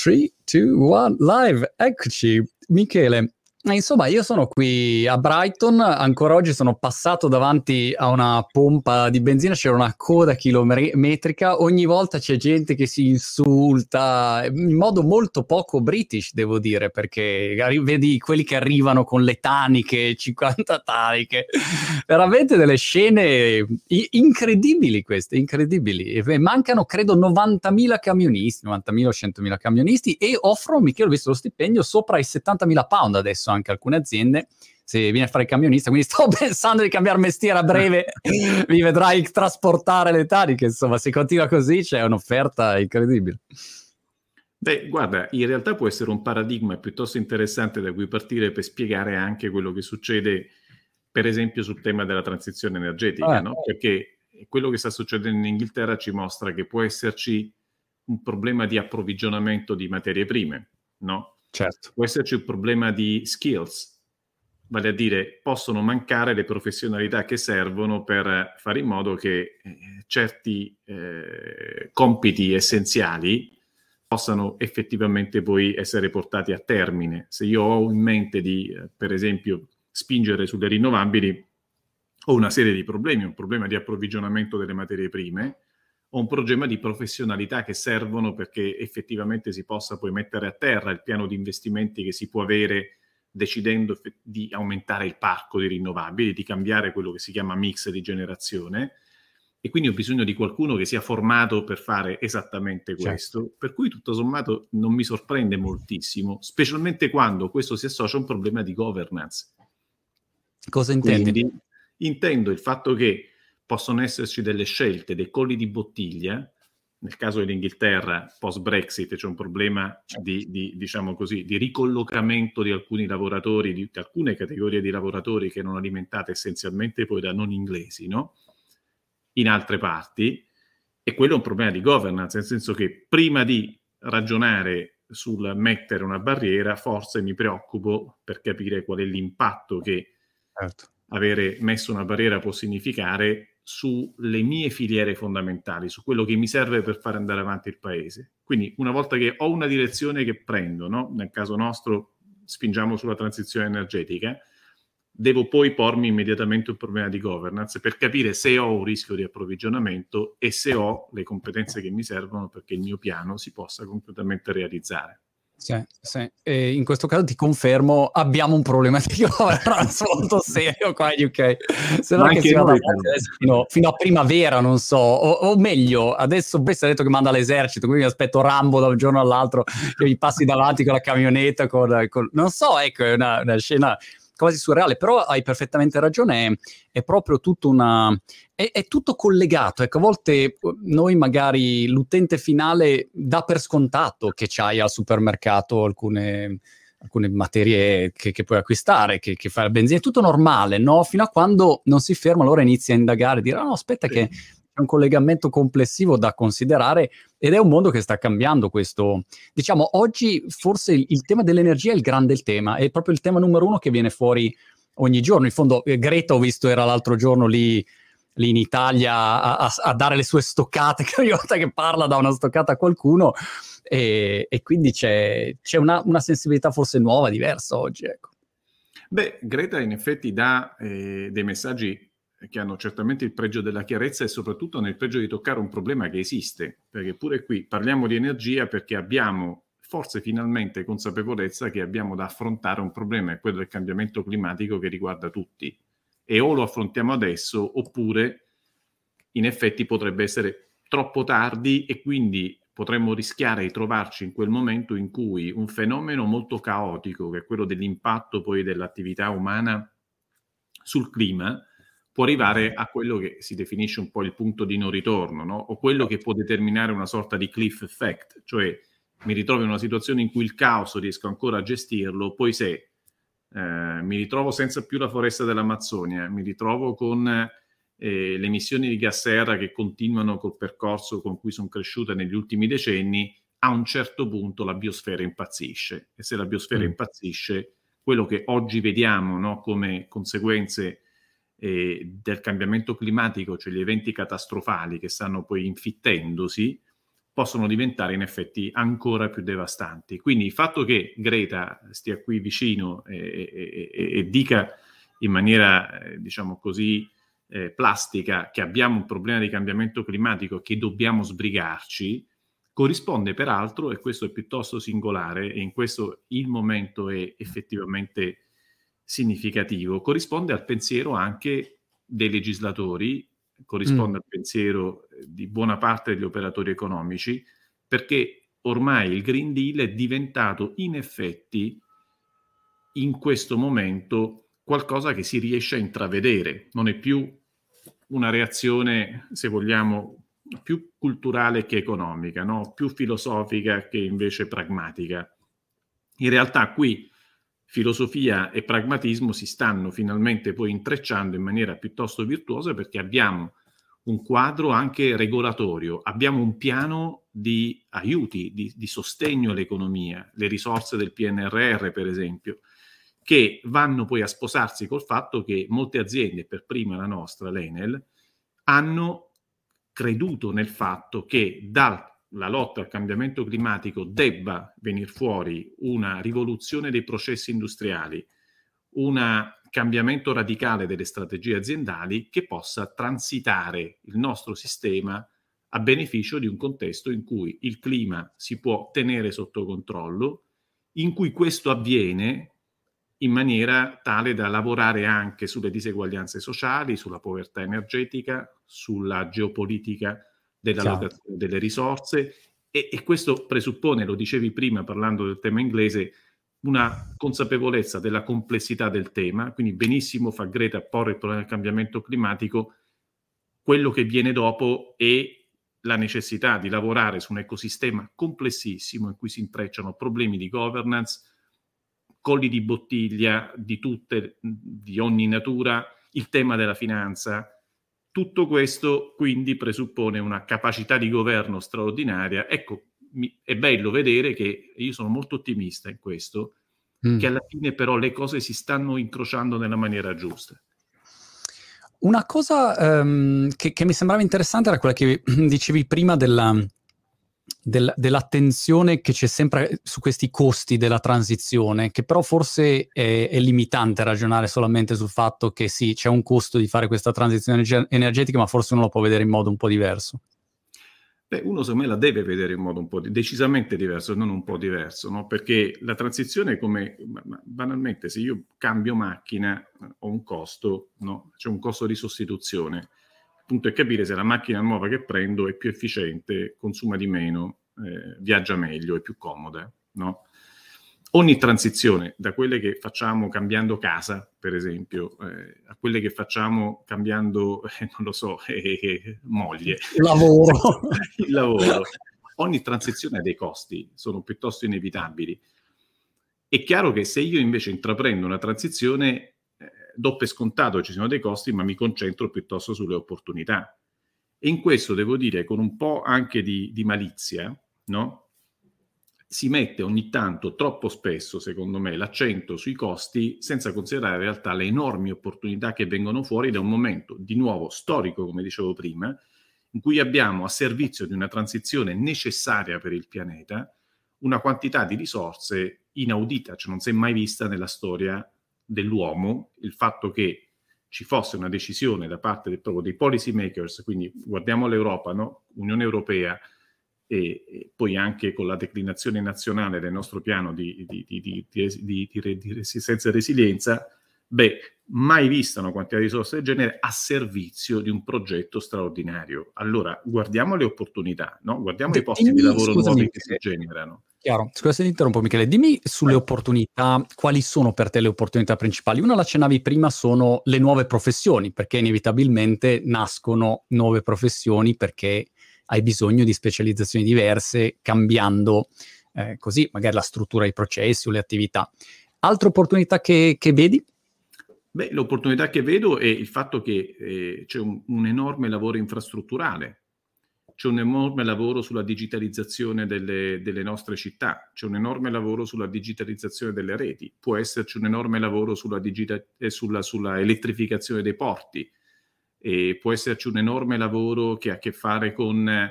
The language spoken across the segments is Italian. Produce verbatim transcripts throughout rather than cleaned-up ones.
tre, due, uno, live, eccoci. Michele, eh, insomma io sono qui a Brighton, ancora oggi sono passato davanti a una pompa di benzina, c'era una coda chilometrica, ogni volta c'è gente che si insulta, in modo molto poco british devo dire, perché arri- vedi quelli che arrivano con le taniche, cinquanta taniche, veramente delle scene i- incredibili queste, incredibili. E mancano credo novantamila camionisti, novantamila o centomila camionisti e offrono, Michele, ho visto lo stipendio, sopra i settantamila pound adesso anche alcune aziende, se vieni a fare il camionista, quindi sto pensando di cambiare mestiere a breve, mi vedrai trasportare le taniche, insomma, se continua così c'è un'offerta incredibile. Beh, guarda, in realtà può essere un paradigma piuttosto interessante da cui partire per spiegare anche quello che succede, per esempio, sul tema della transizione energetica, Eh. no? Perché quello che sta succedendo in Inghilterra ci mostra che può esserci un problema di approvvigionamento di materie prime, no? Certo. Può esserci un problema di skills, vale a dire possono mancare le professionalità che servono per fare in modo che eh, certi eh, compiti essenziali possano effettivamente poi essere portati a termine. Se io ho in mente di, eh, per esempio, spingere sulle rinnovabili, ho una serie di problemi, un problema di approvvigionamento delle materie prime, ho un problema di professionalità che servono perché effettivamente si possa poi mettere a terra il piano di investimenti che si può avere decidendo di aumentare il parco di rinnovabili, di cambiare quello che si chiama mix di generazione, e quindi ho bisogno di qualcuno che sia formato per fare esattamente questo, certo. Per cui tutto sommato non mi sorprende moltissimo, specialmente quando questo si associa a un problema di governance. Cosa intendi? Quindi intendo il fatto che possono esserci delle scelte, dei colli di bottiglia. Nel caso dell'Inghilterra, post-Brexit, c'è un problema di, di, diciamo così, di ricollocamento di alcuni lavoratori, di, di alcune categorie di lavoratori che erano alimentate essenzialmente poi da non inglesi, no? In altre parti, e quello è un problema di governance, nel senso che prima di ragionare sul mettere una barriera, forse mi preoccupo per capire qual è l'impatto che certo. avere messo una barriera può significare sulle mie filiere fondamentali, su quello che mi serve per fare andare avanti il paese. Quindi una volta che ho una direzione che prendo, no? Nel caso nostro spingiamo sulla transizione energetica, devo poi pormi immediatamente un problema di governance per capire se ho un rischio di approvvigionamento e se ho le competenze che mi servono perché il mio piano si possa completamente realizzare. Sì, sì. E in questo caso ti confermo, abbiamo un problema di governance molto serio qua in U K. Sembra che si vada avanti adesso fino, fino a primavera, non so, o, o meglio, adesso Brexit ha detto che manda l'esercito, quindi mi aspetto Rambo da un giorno all'altro che mi passi davanti con la camionetta, con, con... non so, ecco, è una, una scena quasi surreale, però hai perfettamente ragione, è, è proprio tutto una... È, è tutto collegato, ecco, a volte noi magari l'utente finale dà per scontato che c'hai al supermercato alcune, alcune materie che, che puoi acquistare, che, che fai la benzina, è tutto normale, no? Fino a quando non si ferma, allora inizia a indagare, a dire, oh, no, aspetta sì. che c'è un collegamento complessivo da considerare ed è un mondo che sta cambiando questo. Diciamo, oggi forse il, il tema dell'energia è il grande il tema, è proprio il tema numero uno che viene fuori ogni giorno. In fondo, eh, Greta, ho visto, era l'altro giorno lì, lì in Italia a, a, a dare le sue stoccate, che ogni volta che parla dà una stoccata a qualcuno, e, e quindi c'è, c'è una, una sensibilità forse nuova, diversa oggi, ecco. Beh, Greta in effetti dà eh, dei messaggi che hanno certamente il pregio della chiarezza e soprattutto nel pregio di toccare un problema che esiste, perché pure qui parliamo di energia perché abbiamo forse finalmente consapevolezza che abbiamo da affrontare un problema, quello del cambiamento climatico, che riguarda tutti, e o lo affrontiamo adesso oppure in effetti potrebbe essere troppo tardi e quindi potremmo rischiare di trovarci in quel momento in cui un fenomeno molto caotico, che è quello dell'impatto poi dell'attività umana sul clima, può arrivare a quello che si definisce un po' il punto di non ritorno, no? O quello che può determinare una sorta di cliff effect, cioè mi ritrovo in una situazione in cui il caos riesco ancora a gestirlo, poi se eh, mi ritrovo senza più la foresta dell'Amazzonia, mi ritrovo con eh, le emissioni di gas serra che continuano col percorso con cui sono cresciute negli ultimi decenni, a un certo punto la biosfera impazzisce, e se la biosfera mm. impazzisce, quello che oggi vediamo, no, come conseguenze eh, del cambiamento climatico, cioè gli eventi catastrofali che stanno poi infittendosi, possono diventare in effetti ancora più devastanti. Quindi il fatto che Greta stia qui vicino e, e, e, e dica in maniera, eh, diciamo così, eh, plastica che abbiamo un problema di cambiamento climatico, che dobbiamo sbrigarci, corrisponde peraltro, e questo è piuttosto singolare, e in questo il momento è effettivamente significativo, corrisponde al pensiero anche dei legislatori, corrisponde mm. al pensiero di buona parte degli operatori economici, perché ormai il Green Deal è diventato in effetti in questo momento qualcosa che si riesce a intravedere, non è più una reazione, se vogliamo, più culturale che economica, no? Più filosofica che invece pragmatica. In realtà qui filosofia e pragmatismo si stanno finalmente poi intrecciando in maniera piuttosto virtuosa, perché abbiamo un quadro anche regolatorio, abbiamo un piano di aiuti, di, di sostegno all'economia, le risorse del P N R R per esempio, che vanno poi a sposarsi col fatto che molte aziende, per prima la nostra, l'Enel, hanno creduto nel fatto che dalla lotta al cambiamento climatico debba venire fuori una rivoluzione dei processi industriali, un cambiamento radicale delle strategie aziendali che possa transitare il nostro sistema a beneficio di un contesto in cui il clima si può tenere sotto controllo, in cui questo avviene in maniera tale da lavorare anche sulle diseguaglianze sociali, sulla povertà energetica, sulla geopolitica dell'allocazione delle risorse, e, e questo presuppone, lo dicevi prima parlando del tema inglese, una consapevolezza della complessità del tema, quindi benissimo fa Greta a porre il problema del cambiamento climatico, quello che viene dopo è la necessità di lavorare su un ecosistema complessissimo in cui si intrecciano problemi di governance, colli di bottiglia di tutte, di ogni natura, il tema della finanza. Tutto questo quindi presuppone una capacità di governo straordinaria. Ecco, mi, è bello vedere che, io sono molto ottimista in questo, mm. che alla fine però le cose si stanno incrociando nella maniera giusta. Una cosa um, che, che mi sembrava interessante era quella che dicevi prima della, del, dell'attenzione che c'è sempre su questi costi della transizione, che però forse è, è limitante ragionare solamente sul fatto che sì, c'è un costo di fare questa transizione energetica, ma forse uno lo può vedere in modo un po' diverso. Beh, uno secondo me la deve vedere in modo un po' di, decisamente diverso, non un po' diverso, no? Perché la transizione è come, banalmente, se io cambio macchina ho un costo, no? C'è un costo di sostituzione. Il punto è capire se la macchina nuova che prendo è più efficiente, consuma di meno, eh, viaggia meglio, è più comoda, no? Ogni transizione, da quelle che facciamo cambiando casa, per esempio, eh, a quelle che facciamo cambiando, eh, non lo so, eh, eh, moglie. Il lavoro. Il lavoro. Ogni transizione ha dei costi, sono piuttosto inevitabili. È chiaro che se io invece intraprendo una transizione, eh, do per scontato che ci sono dei costi, ma mi concentro piuttosto sulle opportunità. E in questo devo dire, con un po' anche di, di malizia, no? Si mette ogni tanto, troppo spesso secondo me, l'accento sui costi senza considerare in realtà le enormi opportunità che vengono fuori da un momento di nuovo storico, come dicevo prima, in cui abbiamo a servizio di una transizione necessaria per il pianeta una quantità di risorse inaudita, cioè non si è mai vista nella storia dell'uomo, il fatto che ci fosse una decisione da parte del, proprio dei policy makers, quindi guardiamo l'Europa, no? Unione Europea, E, e poi anche con la declinazione nazionale del nostro piano di, di, di, di, di, di, di resistenza e resilienza, beh, mai vista una quantità di risorse del genere a servizio di un progetto straordinario. Allora, guardiamo le opportunità, no? Guardiamo D- i posti dimmi, di lavoro scusami, nuovi che si generano. Chiaro, scusa se ti interrompo Michele, dimmi sulle eh. opportunità, quali sono per te le opportunità principali? Una la accennavi prima, sono le nuove professioni, perché inevitabilmente nascono nuove professioni perché hai bisogno di specializzazioni diverse, cambiando eh, così magari la struttura dei processi o le attività. Altre opportunità che, che vedi? Beh, l'opportunità che vedo è il fatto che eh, c'è un, un enorme lavoro infrastrutturale, c'è un enorme lavoro sulla digitalizzazione delle, delle nostre città, c'è un enorme lavoro sulla digitalizzazione delle reti, può esserci un enorme lavoro sulla, digita- eh, sulla, sulla elettrificazione dei porti, e può esserci un enorme lavoro che ha a che fare con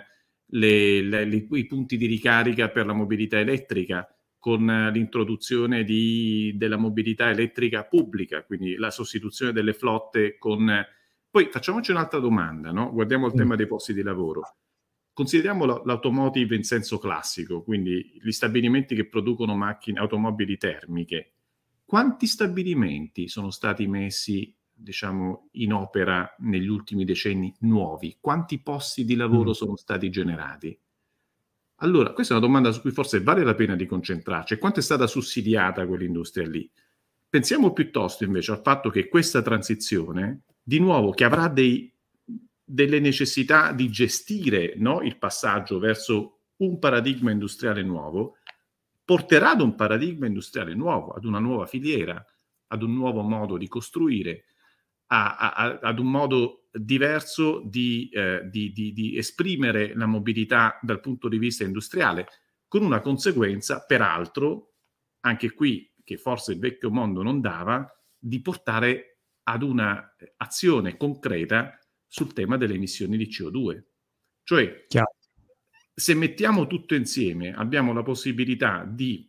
le, le, le, i punti di ricarica per la mobilità elettrica, con l'introduzione di, della mobilità elettrica pubblica, quindi la sostituzione delle flotte con... Poi facciamoci un'altra domanda, no? Guardiamo il mm. tema dei posti di lavoro. Consideriamo l'automotive in senso classico, quindi gli stabilimenti che producono macchine, automobili termiche. Quanti stabilimenti sono stati messi, diciamo, in opera negli ultimi decenni nuovi? Quanti posti di lavoro mm. sono stati generati? Allora, questa è una domanda su cui forse vale la pena di concentrarci. Quanto è stata sussidiata quell'industria lì? Pensiamo piuttosto invece al fatto che questa transizione, di nuovo, che avrà dei, delle necessità di gestire, no, il passaggio verso un paradigma industriale nuovo, porterà ad un paradigma industriale nuovo, ad una nuova filiera, ad un nuovo modo di costruire, a, a, ad un modo diverso di, eh, di, di, di esprimere la mobilità dal punto di vista industriale, con una conseguenza, peraltro, anche qui, che forse il vecchio mondo non dava, di portare ad una azione concreta sul tema delle emissioni di C O due. Cioè, Chiaro. Se mettiamo tutto insieme, abbiamo la possibilità di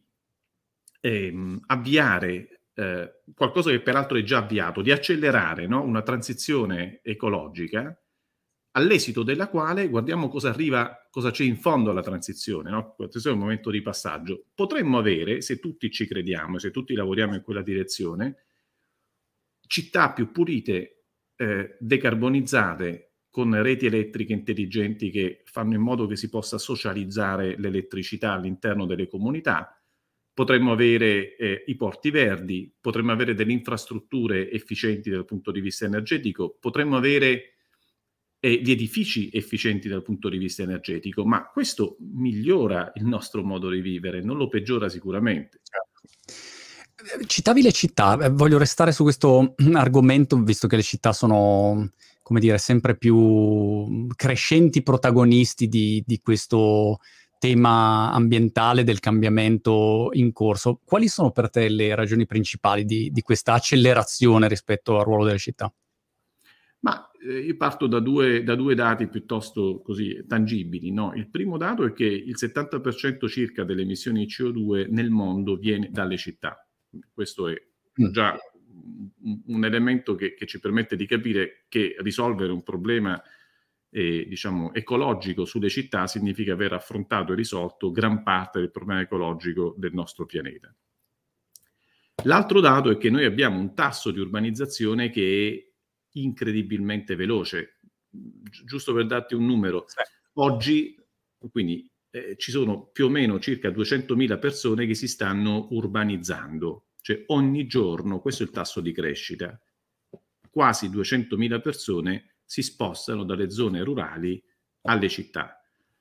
ehm, avviare Eh, qualcosa che peraltro è già avviato, di accelerare, no? Una transizione ecologica, all'esito della quale guardiamo cosa arriva, cosa c'è in fondo alla transizione, no? Questo è un momento di passaggio. Potremmo avere, se tutti ci crediamo, se tutti lavoriamo in quella direzione, città più pulite, eh, decarbonizzate, con reti elettriche intelligenti che fanno in modo che si possa socializzare l'elettricità all'interno delle comunità. Potremmo avere eh, i porti verdi, potremmo avere delle infrastrutture efficienti dal punto di vista energetico, potremmo avere eh, gli edifici efficienti dal punto di vista energetico, ma questo migliora il nostro modo di vivere, non lo peggiora sicuramente. Citavi le città, voglio restare su questo argomento, visto che le città sono, come dire, sempre più crescenti protagonisti di, di questo tema ambientale del cambiamento in corso. Quali sono per te le ragioni principali di, di questa accelerazione rispetto al ruolo delle città? Ma eh, io parto da due, da due dati piuttosto così tangibili, no? Il primo dato è che il settanta per cento circa delle emissioni di C O due nel mondo viene dalle città. Questo è già un, un elemento che, che ci permette di capire che risolvere un problema Eh, diciamo ecologico sulle città significa aver affrontato e risolto gran parte del problema ecologico del nostro pianeta. L'altro dato è che noi abbiamo un tasso di urbanizzazione che è incredibilmente veloce. Gi- giusto per darti un numero, sì. Oggi quindi eh, ci sono più o meno circa duecentomila persone che si stanno urbanizzando, cioè ogni giorno, questo è il tasso di crescita, quasi duecentomila persone si spostano dalle zone rurali alle città.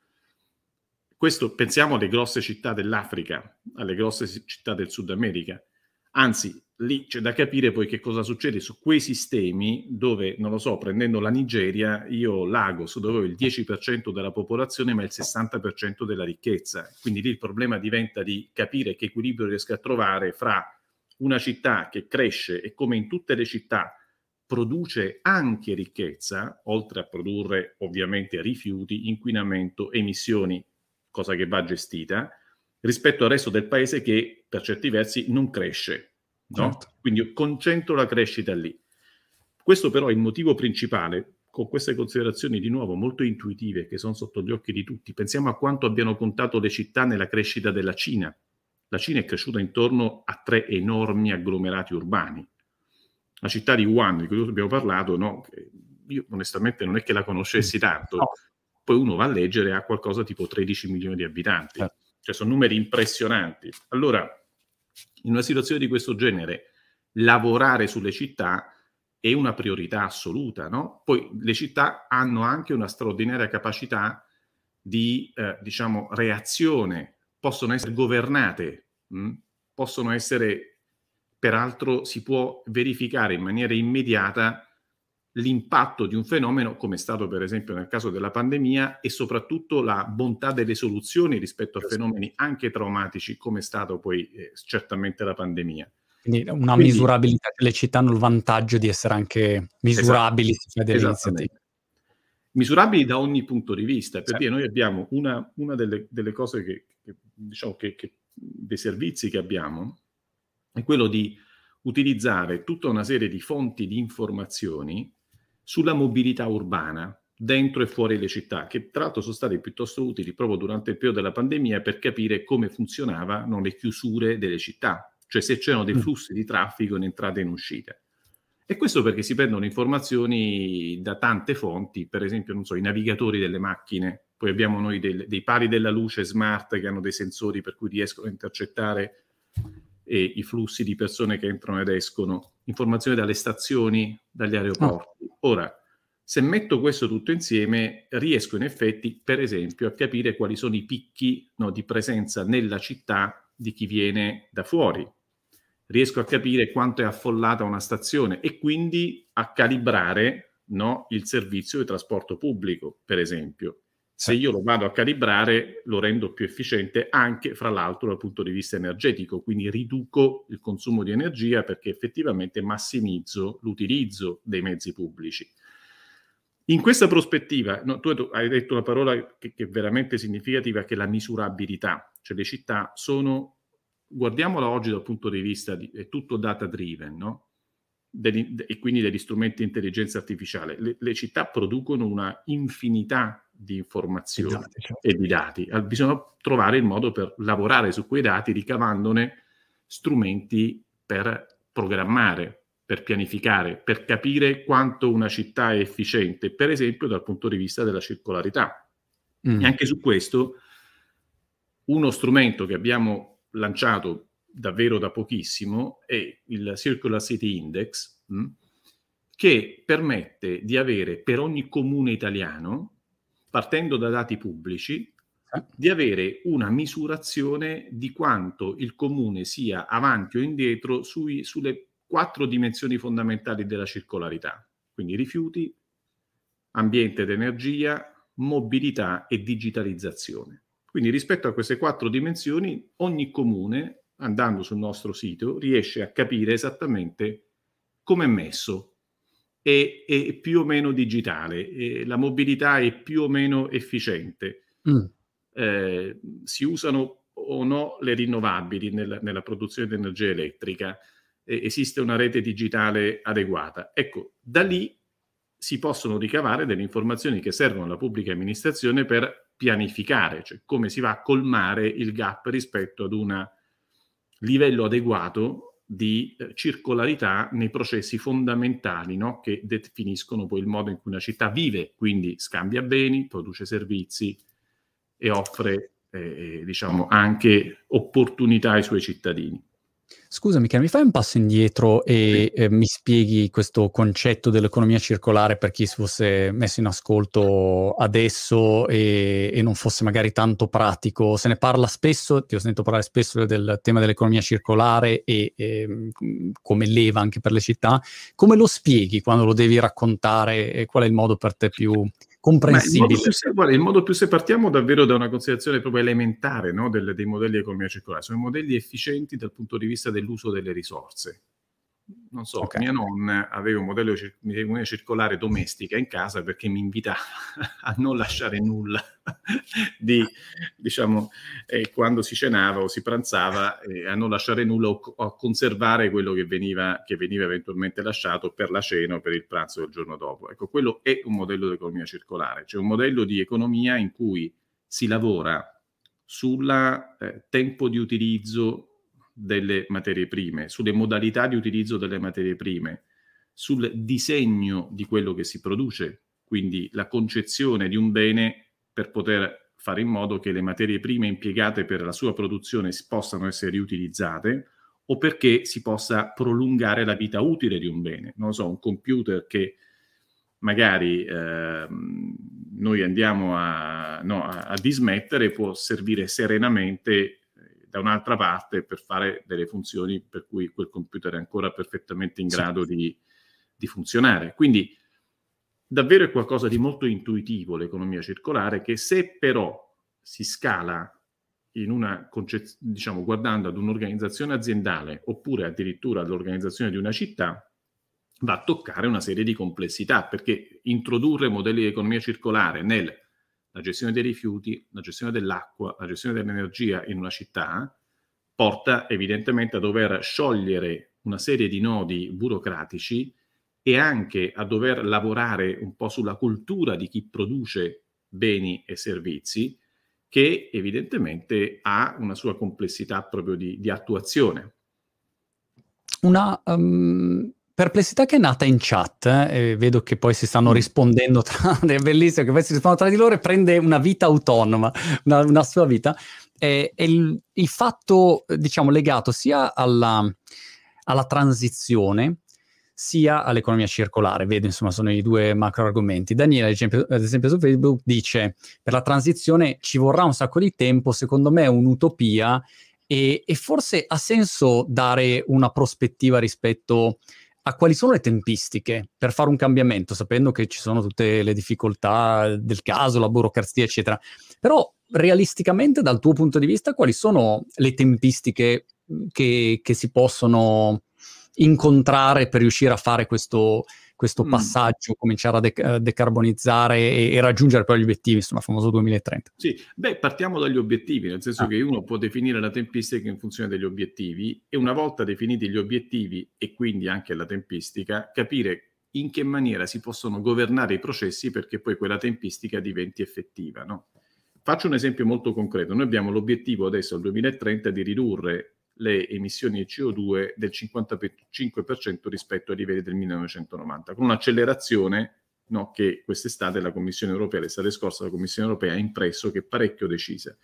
Questo, pensiamo alle grosse città dell'Africa, alle grosse città del Sud America. Anzi, lì c'è da capire poi che cosa succede su quei sistemi dove, non lo so, prendendo la Nigeria, io ho Lagos, dove ho il dieci per cento della popolazione ma il sessanta per cento della ricchezza. Quindi lì il problema diventa di capire che equilibrio riesco a trovare fra una città che cresce e, come in tutte le città, produce anche ricchezza, oltre a produrre ovviamente rifiuti, inquinamento, emissioni, cosa che va gestita, rispetto al resto del paese che per certi versi non cresce, no? Certo. Quindi io concentro la crescita lì. Questo però è il motivo principale, con queste considerazioni di nuovo molto intuitive che sono sotto gli occhi di tutti. Pensiamo a quanto abbiano contato le città nella crescita della Cina. La Cina è cresciuta intorno a tre enormi agglomerati urbani. La città di Wuhan, di cui abbiamo parlato, no? Io onestamente non è che la conoscessi tanto, no. Poi uno va a leggere, ha qualcosa tipo tredici milioni di abitanti, eh. Cioè sono numeri impressionanti. Allora, in una situazione di questo genere, lavorare sulle città è una priorità assoluta, no? Poi le città hanno anche una straordinaria capacità di, eh, diciamo, reazione, possono essere governate, mh? Possono essere... Peraltro si può verificare in maniera immediata l'impatto di un fenomeno, come è stato per esempio nel caso della pandemia, e soprattutto la bontà delle soluzioni rispetto a fenomeni anche traumatici, come è stato poi eh, certamente la pandemia. Quindi una Quindi, misurabilità, le città hanno il vantaggio di essere anche misurabili. Esatto, esattamente. misurabili da ogni punto di vista. Per Sì. dire, noi abbiamo una, una delle, delle cose che, che diciamo che, che dei servizi che abbiamo è quello di utilizzare tutta una serie di fonti di informazioni sulla mobilità urbana dentro e fuori le città, che tra l'altro sono stati piuttosto utili proprio durante il periodo della pandemia per capire come funzionavano le chiusure delle città, cioè se c'erano dei flussi di traffico in entrata e in uscita. E questo perché si prendono informazioni da tante fonti, per esempio, non so, i navigatori delle macchine, poi abbiamo noi del, dei pali della luce smart che hanno dei sensori per cui riescono a intercettare eh, i flussi di persone che entrano ed escono, informazioni dalle stazioni, dagli aeroporti. Oh. Ora, se metto questo tutto insieme, riesco in effetti, per esempio, a capire quali sono i picchi, no, di presenza nella città di chi viene da fuori. Riesco a capire quanto è affollata una stazione e quindi a calibrare, no, il servizio di trasporto pubblico, per esempio. Se io lo vado a calibrare, lo rendo più efficiente anche, fra l'altro, dal punto di vista energetico, quindi riduco il consumo di energia perché effettivamente massimizzo l'utilizzo dei mezzi pubblici. In questa prospettiva, no, tu hai detto una parola che, che è veramente significativa, che è la misurabilità. Cioè le città sono, guardiamola oggi dal punto di vista di, è tutto data driven, no? Degli, e quindi degli strumenti di intelligenza artificiale. Le, le città producono una infinità di informazioni dati, certo. e di dati. Bisogna trovare il modo per lavorare su quei dati, ricavandone strumenti per programmare, per pianificare, per capire quanto una città è efficiente, per esempio dal punto di vista della circolarità. Mm. E anche su questo, uno strumento che abbiamo lanciato davvero da pochissimo è il Circular City Index, mh, che permette di avere per ogni comune italiano, partendo da dati pubblici, eh. di avere una misurazione di quanto il comune sia avanti o indietro sui, sulle quattro dimensioni fondamentali della circolarità, quindi rifiuti, ambiente ed energia, mobilità e digitalizzazione. Quindi rispetto a queste quattro dimensioni, ogni comune, andando sul nostro sito, riesce a capire esattamente come è messo. È, è più o meno digitale, è, la mobilità è più o meno efficiente, mm. eh, si usano o no le rinnovabili nel, nella produzione di energia elettrica, eh, esiste una rete digitale adeguata. Ecco, da lì si possono ricavare delle informazioni che servono alla pubblica amministrazione per pianificare, cioè come si va a colmare il gap rispetto ad un livello adeguato di eh, circolarità nei processi fondamentali, no? Che definiscono poi il modo in cui una città vive, quindi scambia beni, produce servizi e offre eh, diciamo anche opportunità ai suoi cittadini. Scusami, che mi fai un passo indietro e sì. eh, mi spieghi questo concetto dell'economia circolare per chi si fosse messo in ascolto adesso e, e non fosse magari tanto pratico. Se ne parla spesso, ti ho sentito parlare spesso del tema dell'economia circolare e, e come leva anche per le città. Come lo spieghi quando lo devi raccontare e qual è il modo per te più comprensibile? Il modo più, guarda, il modo più se partiamo davvero da una considerazione proprio elementare, no, del, dei modelli di economia circolare, sono modelli efficienti dal punto di vista dell'uso delle risorse. Non so, okay. Mia nonna aveva un modello di economia circolare domestica in casa perché mi invitava a non lasciare nulla di, diciamo, eh, quando si cenava o si pranzava, eh, a non lasciare nulla o, o a conservare quello che veniva, che veniva eventualmente lasciato per la cena o per il pranzo del giorno dopo. Ecco, quello è un modello di economia circolare, cioè un modello di economia in cui si lavora sul eh, tempo di utilizzo delle materie prime, sulle modalità di utilizzo delle materie prime, sul disegno di quello che si produce, quindi la concezione di un bene per poter fare in modo che le materie prime impiegate per la sua produzione possano essere riutilizzate o perché si possa prolungare la vita utile di un bene. Non so, un computer che magari eh, noi andiamo a, no, a dismettere può servire serenamente da un'altra parte per fare delle funzioni per cui quel computer è ancora perfettamente in grado sì. di, di funzionare. Quindi davvero è qualcosa di molto intuitivo l'economia circolare, che se però si scala in una concez- diciamo guardando ad un'organizzazione aziendale oppure addirittura all'organizzazione di una città, va a toccare una serie di complessità, perché introdurre modelli di economia circolare nella gestione dei rifiuti, la gestione dell'acqua, la gestione dell'energia in una città porta evidentemente a dover sciogliere una serie di nodi burocratici e anche a dover lavorare un po' sulla cultura di chi produce beni e servizi, che evidentemente ha una sua complessità proprio di, di attuazione. Una um, perplessità che è nata in chat, eh, e vedo che poi si stanno mm. rispondendo tra, è bellissimo che poi si rispondono tra di loro e prende una vita autonoma, una, una sua vita, è, è il, il fatto, diciamo, legato sia alla, alla transizione sia all'economia circolare. Vedo, insomma, sono i due macro argomenti. Daniele, ad esempio, ad esempio su Facebook, dice: per la transizione ci vorrà un sacco di tempo, secondo me è un'utopia, e, e forse ha senso dare una prospettiva rispetto a quali sono le tempistiche per fare un cambiamento, sapendo che ci sono tutte le difficoltà del caso, la burocrazia, eccetera. Però realisticamente, dal tuo punto di vista, quali sono le tempistiche che, che si possono incontrare per riuscire a fare questo, questo mm. passaggio, cominciare a de- decarbonizzare e, e raggiungere poi gli obiettivi, insomma, famoso duemilatrenta? Sì, beh, partiamo dagli obiettivi, nel senso ah. che uno può definire la tempistica in funzione degli obiettivi, e una volta definiti gli obiettivi e quindi anche la tempistica, capire in che maniera si possono governare i processi perché poi quella tempistica diventi effettiva, no? Faccio un esempio molto concreto. Noi abbiamo l'obiettivo adesso al duemilatrenta di ridurre le emissioni di C O due del cinquantacinque per cento rispetto ai livelli del millenovecentonovanta, con un'accelerazione, no, che quest'estate la Commissione europea, l'estate scorsa la Commissione europea ha impresso, che è parecchio decisa.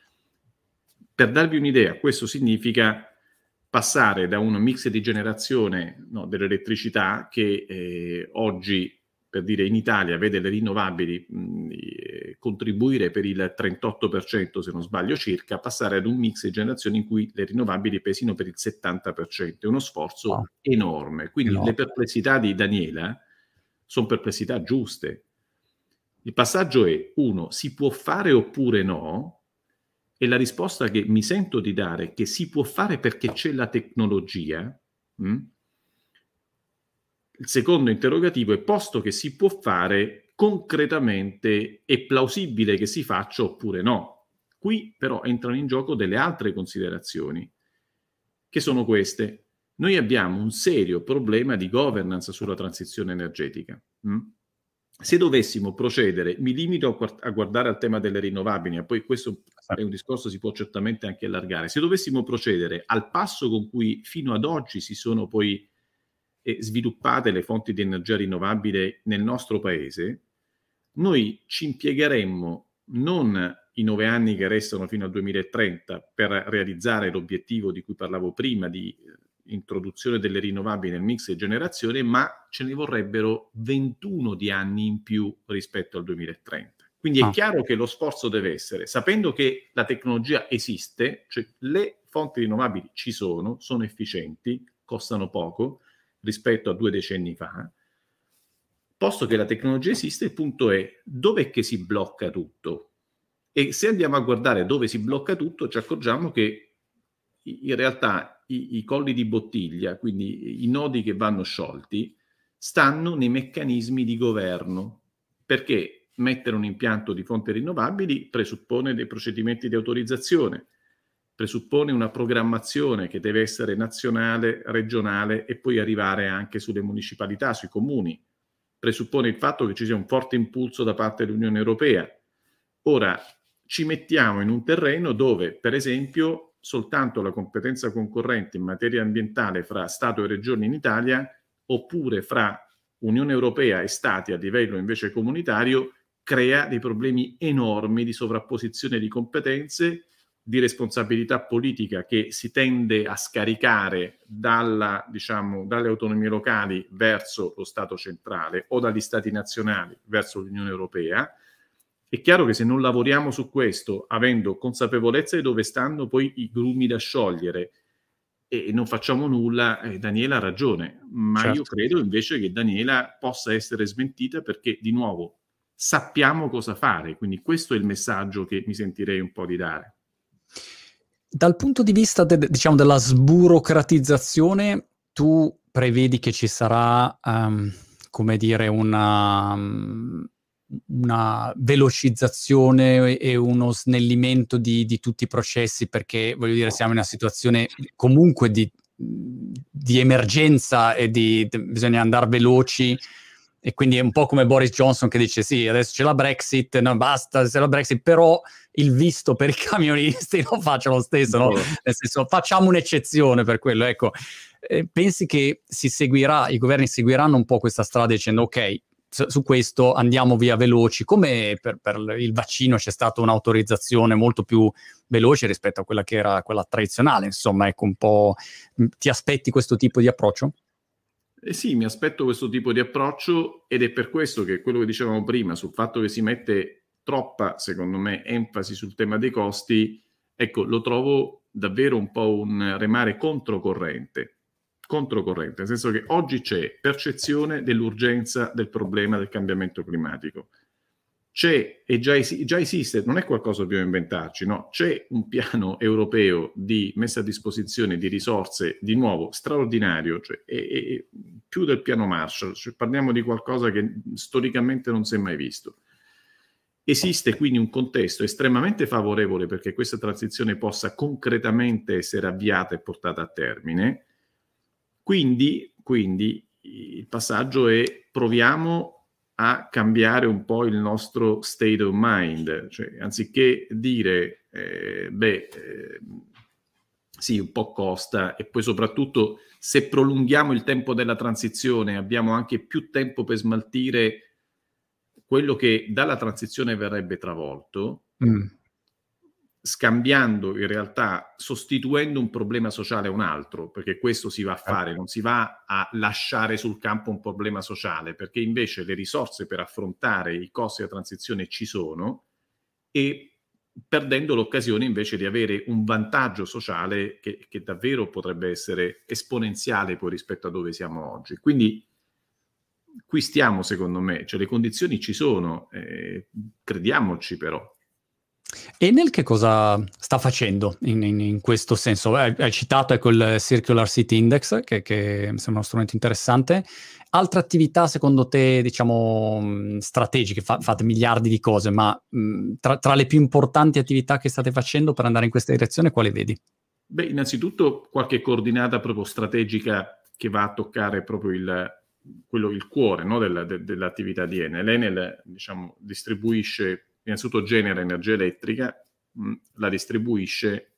Per darvi un'idea, questo significa passare da un mix di generazione, no, dell'elettricità che eh, oggi, per dire in Italia, vede le rinnovabili mh, eh, contribuire per il trentotto per cento, se non sbaglio circa, passare ad un mix di generazioni in cui le rinnovabili pesino per il settanta per cento. È uno sforzo wow. enorme. Quindi enorme. Le perplessità di Daniela sono perplessità giuste. Il passaggio è, uno, si può fare oppure no? E la risposta che mi sento di dare è che si può fare perché c'è la tecnologia. Mh? Il secondo interrogativo è: posto che si può fare, concretamente è plausibile che si faccia oppure no? Qui però entrano in gioco delle altre considerazioni, che sono queste. Noi abbiamo un serio problema di governance sulla transizione energetica. Mm? Se dovessimo procedere, mi limito a guardare al tema delle rinnovabili, e poi questo è un discorso si può certamente anche allargare. Se dovessimo procedere al passo con cui fino ad oggi si sono poi eh, sviluppate le fonti di energia rinnovabile nel nostro paese, noi ci impiegheremmo non i nove anni che restano fino al duemilatrenta per realizzare l'obiettivo di cui parlavo prima di introduzione delle rinnovabili nel mix di generazione, ma ce ne vorrebbero ventuno di anni in più rispetto al duemilatrenta. Quindi è ah. chiaro che lo sforzo deve essere, sapendo che la tecnologia esiste, cioè le fonti rinnovabili ci sono, sono efficienti, costano poco rispetto a due decenni fa. Posto che la tecnologia esiste, il punto è: dov'è che si blocca tutto? E se andiamo a guardare dove si blocca tutto, ci accorgiamo che in realtà i, i colli di bottiglia, quindi i nodi che vanno sciolti, stanno nei meccanismi di governo, perché mettere un impianto di fonti rinnovabili presuppone dei procedimenti di autorizzazione, presuppone una programmazione che deve essere nazionale, regionale e poi arrivare anche sulle municipalità, sui comuni, presuppone il fatto che ci sia un forte impulso da parte dell'Unione Europea. Ora ci mettiamo in un terreno dove, per esempio, soltanto la competenza concorrente in materia ambientale fra Stato e Regioni in Italia, oppure fra Unione Europea e Stati a livello invece comunitario, crea dei problemi enormi di sovrapposizione di competenze, di responsabilità politica che si tende a scaricare dalla, diciamo, dalle autonomie locali verso lo Stato centrale o dagli Stati nazionali verso l'Unione Europea. È chiaro che se non lavoriamo su questo, avendo consapevolezza di dove stanno poi i grumi da sciogliere, e non facciamo nulla, eh, Daniela ha ragione, ma certo. Io credo invece che Daniela possa essere smentita, perché di nuovo sappiamo cosa fare, quindi questo è il messaggio che mi sentirei un po' di dare. Dal punto di vista de- diciamo della sburocratizzazione, tu prevedi che ci sarà, um, come dire, una, um, una velocizzazione e uno snellimento di, di tutti i processi, perché, voglio dire, siamo in una situazione comunque di, di emergenza e di, di bisogna andare veloci. E quindi è un po' come Boris Johnson che dice sì, adesso c'è la Brexit, no, basta, c'è la Brexit, però il visto per i camionisti lo faccio lo stesso, no? Nel senso, facciamo un'eccezione per quello, ecco. Eh, pensi che si seguirà, i governi seguiranno un po' questa strada dicendo ok, su, su questo andiamo via veloci, come per, per il vaccino c'è stata un'autorizzazione molto più veloce rispetto a quella che era quella tradizionale, insomma, ecco un po', ti aspetti questo tipo di approccio? Eh sì, mi aspetto questo tipo di approccio ed è per questo che quello che dicevamo prima sul fatto che si mette troppa, secondo me, enfasi sul tema dei costi, ecco, lo trovo davvero un po' un remare controcorrente, controcorrente, nel senso che oggi c'è percezione dell'urgenza del problema del cambiamento climatico. C'è, e già, es- già esiste, non è qualcosa che dobbiamo inventarci, no? C'è un piano europeo di messa a disposizione di risorse, di nuovo, straordinario, cioè, è, è più del piano Marshall, cioè parliamo di qualcosa che storicamente non si è mai visto. Esiste quindi un contesto estremamente favorevole perché questa transizione possa concretamente essere avviata e portata a termine, quindi, quindi il passaggio è proviamo a cambiare un po' il nostro state of mind, cioè anziché dire eh, beh eh, sì, un po' costa e poi soprattutto se prolunghiamo il tempo della transizione abbiamo anche più tempo per smaltire quello che dalla transizione verrebbe travolto, mm. scambiando in realtà, sostituendo un problema sociale a un altro, perché questo si va a fare, non si va a lasciare sul campo un problema sociale, perché invece le risorse per affrontare i costi della transizione ci sono, e perdendo l'occasione invece di avere un vantaggio sociale che, che davvero potrebbe essere esponenziale poi rispetto a dove siamo oggi. Quindi qui stiamo, secondo me, cioè le condizioni ci sono, eh, crediamoci però. E nel che cosa sta facendo in, in, in questo senso? Hai, hai citato ecco, il Circular City Index, che, che mi sembra uno strumento interessante. Altre attività, secondo te, diciamo, strategiche? Fa, fate miliardi di cose, ma mh, tra, tra le più importanti attività che state facendo per andare in questa direzione, quali vedi? Beh, innanzitutto qualche coordinata proprio strategica che va a toccare proprio il, quello, il cuore, no, della, de, dell'attività di Enel. Enel, diciamo, distribuisce, innanzitutto genera energia elettrica, mh, la distribuisce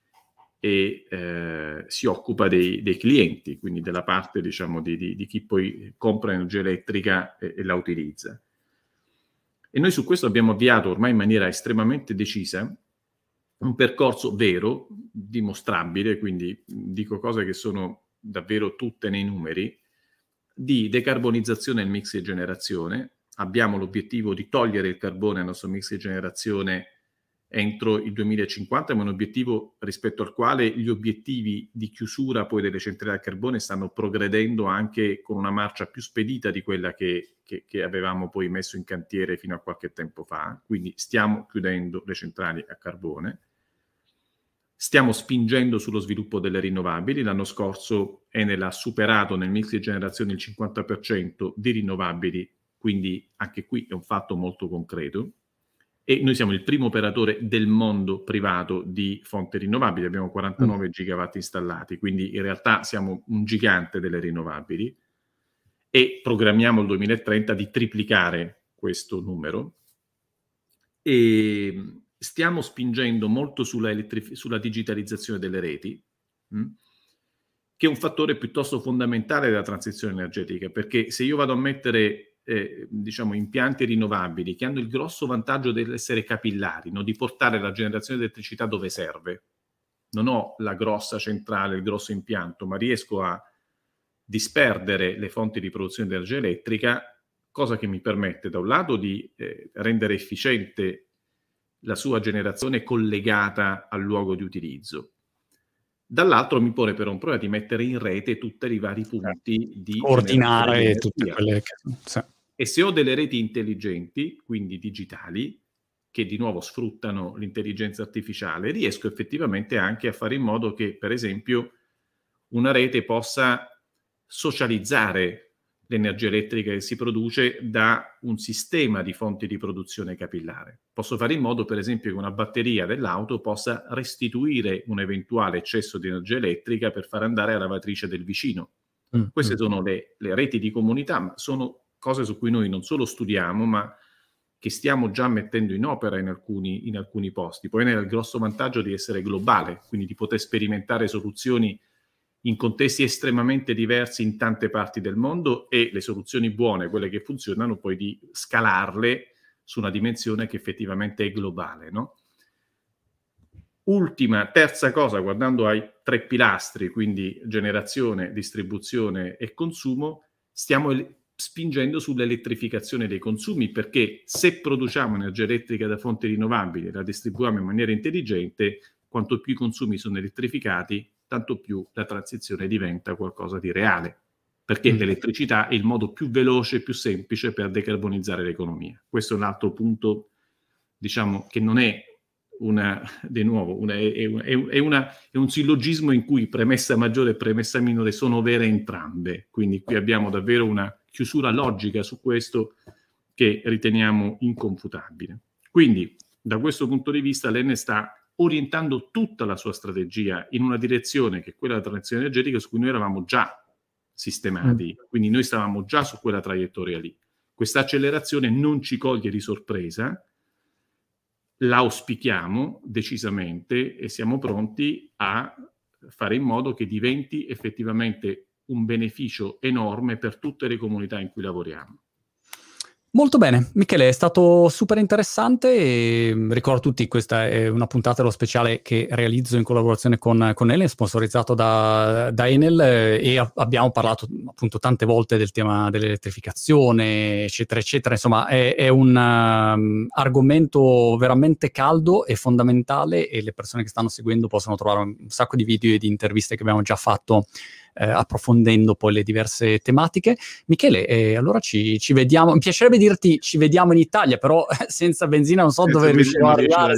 e eh, si occupa dei, dei clienti, quindi della parte, diciamo, di, di, di chi poi compra energia elettrica e, e la utilizza. E noi su questo abbiamo avviato ormai in maniera estremamente decisa un percorso vero, dimostrabile, quindi dico cose che sono davvero tutte nei numeri, di decarbonizzazione del mix di generazione. Abbiamo l'obiettivo di togliere il carbone al nostro mix di generazione entro il duemilacinquanta, ma un obiettivo rispetto al quale gli obiettivi di chiusura poi delle centrali a carbone stanno progredendo anche con una marcia più spedita di quella che, che, che avevamo poi messo in cantiere fino a qualche tempo fa. Quindi stiamo chiudendo le centrali a carbone. Stiamo spingendo sullo sviluppo delle rinnovabili. L'anno scorso Enel ha superato nel mix di generazione il cinquanta per cento di rinnovabili, quindi anche qui è un fatto molto concreto. E noi siamo il primo operatore del mondo privato di fonti rinnovabili, abbiamo quarantanove mm. gigawatt installati, quindi in realtà siamo un gigante delle rinnovabili e programmiamo il duemilatrenta di triplicare questo numero. E stiamo spingendo molto sulla, elettrif- sulla digitalizzazione delle reti, mh? che è un fattore piuttosto fondamentale della transizione energetica, perché se io vado a mettere eh, diciamo impianti rinnovabili che hanno il grosso vantaggio di essere capillari, no? Di portare la generazione di elettricità dove serve, non ho la grossa centrale, il grosso impianto, ma riesco a disperdere le fonti di produzione di energia elettrica, cosa che mi permette da un lato di eh, rendere efficiente la sua generazione collegata al luogo di utilizzo. Dall'altro mi pone però un problema di mettere in rete tutti i vari punti di ordinare tutte quelle che... Sì. E se ho delle reti intelligenti, quindi digitali, che di nuovo sfruttano l'intelligenza artificiale, riesco effettivamente anche a fare in modo che, per esempio, una rete possa socializzare l'energia elettrica che si produce da un sistema di fonti di produzione capillare. Posso fare in modo, per esempio, che una batteria dell'auto possa restituire un eventuale eccesso di energia elettrica per far andare la lavatrice del vicino. Mm, Queste mm. sono le, le reti di comunità, ma sono cose su cui noi non solo studiamo, ma che stiamo già mettendo in opera in alcuni, in alcuni posti. Poi nel grosso vantaggio di essere globale, quindi di poter sperimentare soluzioni in contesti estremamente diversi in tante parti del mondo, e le soluzioni buone, quelle che funzionano, poi di scalarle su una dimensione che effettivamente è globale, no? Ultima, terza cosa, guardando ai tre pilastri, quindi generazione, distribuzione e consumo, stiamo el- spingendo sull'elettrificazione dei consumi, perché se produciamo energia elettrica da fonti rinnovabili e la distribuiamo in maniera intelligente, quanto più i consumi sono elettrificati, tanto più la transizione diventa qualcosa di reale, perché mm. l'elettricità è il modo più veloce e più semplice per decarbonizzare l'economia. Questo è un altro punto, diciamo, che non è una, di nuovo, una, è, è, è, una, è un sillogismo in cui premessa maggiore e premessa minore sono vere entrambe, quindi qui abbiamo davvero una chiusura logica su questo che riteniamo inconfutabile. Quindi, da questo punto di vista, l'E N sta orientando tutta la sua strategia in una direzione che è quella della transizione energetica, su cui noi eravamo già sistemati, mm. quindi noi stavamo già su quella traiettoria lì. Questa accelerazione non ci coglie di sorpresa, la auspichiamo decisamente e siamo pronti a fare in modo che diventi effettivamente un beneficio enorme per tutte le comunità in cui lavoriamo. Molto bene, Michele, è stato super interessante e ricordo a tutti, questa è una puntata dello speciale che realizzo in collaborazione con, con Enel, sponsorizzato da, da Enel, eh, e a, abbiamo parlato appunto tante volte del tema dell'elettrificazione, eccetera, eccetera. Insomma, è, è un um, argomento veramente caldo e fondamentale, e le persone che stanno seguendo possono trovare un sacco di video e di interviste che abbiamo già fatto, Eh, approfondendo poi le diverse tematiche. Michele, eh, allora ci, ci vediamo, mi piacerebbe dirti ci vediamo in Italia, però eh, senza benzina non so senza dove riuscirò a arrivare.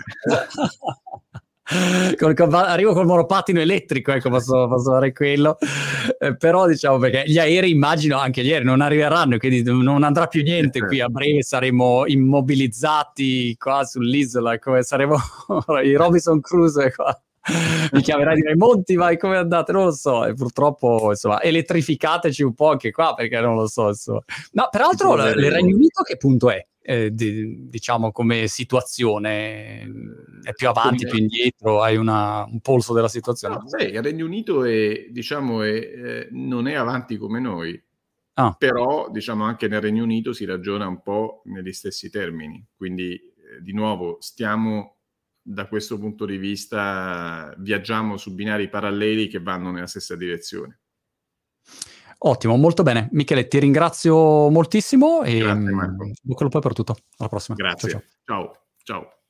Col, col, arrivo col monopattino elettrico, ecco, posso, posso fare quello, eh, però diciamo, perché gli aerei, immagino anche gli aerei non arriveranno, quindi non andrà più niente qui a breve, saremo immobilizzati qua sull'isola, come saremo i Robinson Crusoe qua. Mi chiamerai di dire Monti, vai, come andate? Non lo so, e purtroppo insomma elettrificateci un po' anche qua, perché non lo so, insomma. No, peraltro l- il Regno Unito che punto è? Eh, di, diciamo come situazione, è più avanti, più indietro, hai una, un polso della situazione? No, beh, il Regno Unito è, diciamo, è, eh, non è avanti come noi, ah. però diciamo anche nel Regno Unito si ragiona un po' negli stessi termini, quindi eh, di nuovo stiamo, da questo punto di vista, viaggiamo su binari paralleli che vanno nella stessa direzione. Ottimo, molto bene. Michele, ti ringrazio moltissimo e grazie, Marco. Bocca al lupo per tutto. Alla prossima. Grazie. Ciao, ciao. Ciao. Ciao.